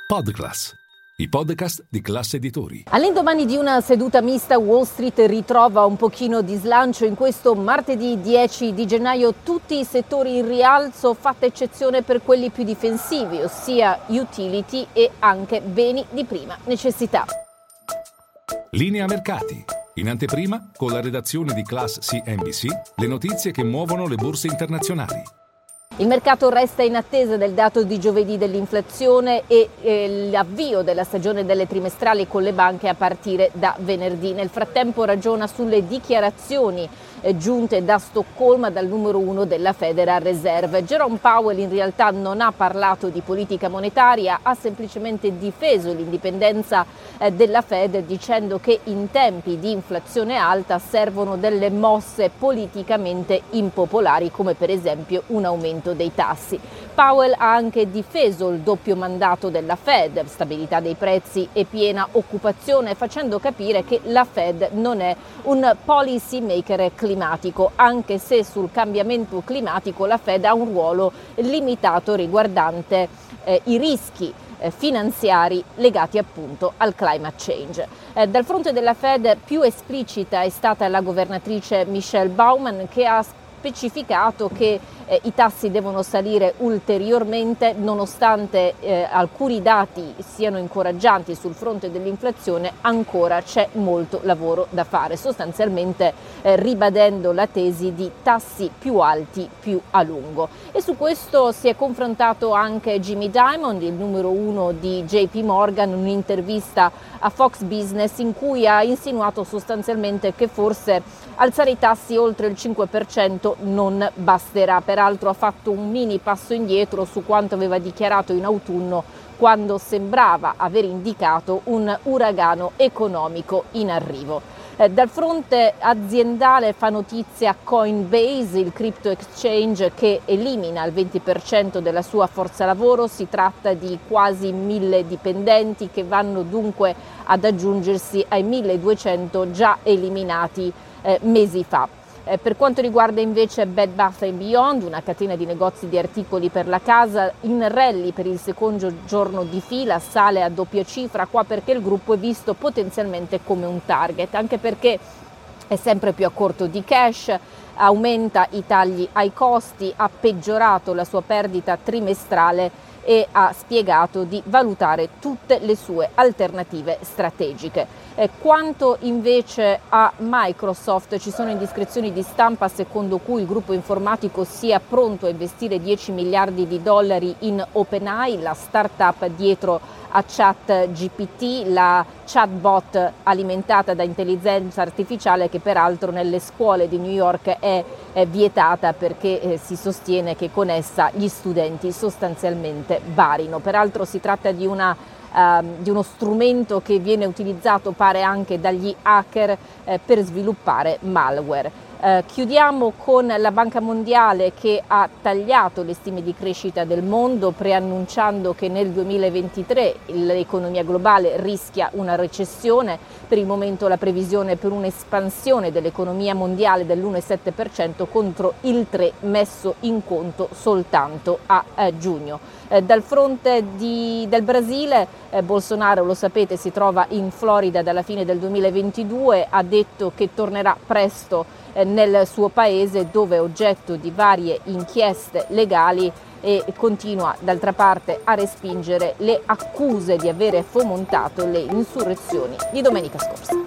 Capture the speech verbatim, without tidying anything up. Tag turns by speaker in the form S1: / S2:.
S1: Podclass, i podcast di Class Editori.
S2: All'indomani di una seduta mista, Wall Street ritrova un pochino di slancio. In questo martedì dieci di gennaio tutti i settori in rialzo, fatta eccezione per quelli più difensivi, ossia utility e anche beni di prima necessità.
S1: Linea mercati. In anteprima, con la redazione di Class C N B C, le notizie che muovono le borse internazionali.
S2: Il mercato resta in attesa del dato di giovedì dell'inflazione e eh, l'avvio della stagione delle trimestrali con le banche a partire da venerdì. Nel frattempo ragiona sulle dichiarazioni eh, giunte da Stoccolma dal numero uno della Federal Reserve. Jerome Powell in realtà non ha parlato di politica monetaria, ha semplicemente difeso l'indipendenza eh, della Fed dicendo che in tempi di inflazione alta servono delle mosse politicamente impopolari come per esempio un aumento dei tassi. Powell ha anche difeso il doppio mandato della Fed, stabilità dei prezzi e piena occupazione, facendo capire che la Fed non è un policy maker climatico, anche se sul cambiamento climatico la Fed ha un ruolo limitato riguardante eh, i rischi eh, finanziari legati appunto al climate change. Eh, dal fronte della Fed più esplicita è stata la governatrice Michelle Bowman, che ha specificato che eh, i tassi devono salire ulteriormente nonostante eh, alcuni dati siano incoraggianti sul fronte dell'inflazione. Ancora c'è molto lavoro da fare, sostanzialmente eh, ribadendo la tesi di tassi più alti più a lungo. E su questo si è confrontato anche Jamie Dimon, il numero uno di J P Morgan, in un'intervista a Fox Business in cui ha insinuato sostanzialmente che forse alzare i tassi oltre il cinque per cento non basterà. Peraltro ha fatto un mini passo indietro su quanto aveva dichiarato in autunno, quando sembrava aver indicato un uragano economico in arrivo. Eh, dal fronte aziendale fa notizia Coinbase, il crypto exchange che elimina il venti per cento della sua forza lavoro. Si tratta di quasi mille dipendenti che vanno dunque ad aggiungersi ai milleduecento già eliminati eh, mesi fa. Eh, per quanto riguarda invece Bed Bath and Beyond, una catena di negozi di articoli per la casa, in rally per il secondo giorno di fila, sale a doppia cifra qua perché il gruppo è visto potenzialmente come un target, anche perché è sempre più a corto di cash, aumenta i tagli ai costi, ha peggiorato la sua perdita trimestrale e ha spiegato di valutare tutte le sue alternative strategiche. Eh, quanto invece a Microsoft, ci sono indiscrezioni di stampa secondo cui il gruppo informatico sia pronto a investire dieci miliardi di dollari in OpenAI, la startup dietro a ChatGPT, la chatbot alimentata da intelligenza artificiale che peraltro nelle scuole di New York è, è vietata perché eh, si sostiene che con essa gli studenti sostanzialmente barino. Peraltro si tratta di una Uh, di uno strumento che viene utilizzato, pare, anche dagli hacker eh, per sviluppare malware. Uh, chiudiamo con la Banca Mondiale che ha tagliato le stime di crescita del mondo, preannunciando che nel duemilaventitré l'economia globale rischia una recessione. Per il momento la previsione per un'espansione dell'economia mondiale dell'uno virgola sette per cento contro il tre per cento messo in conto soltanto a eh, giugno. Eh, dal fronte di, del Brasile, eh, Bolsonaro, lo sapete, si trova in Florida dalla fine del duemilaventidue, ha detto che tornerà presto eh, nel suo paese dove è oggetto di varie inchieste legali e continua d'altra parte a respingere le accuse di avere fomentato le insurrezioni di domenica scorsa.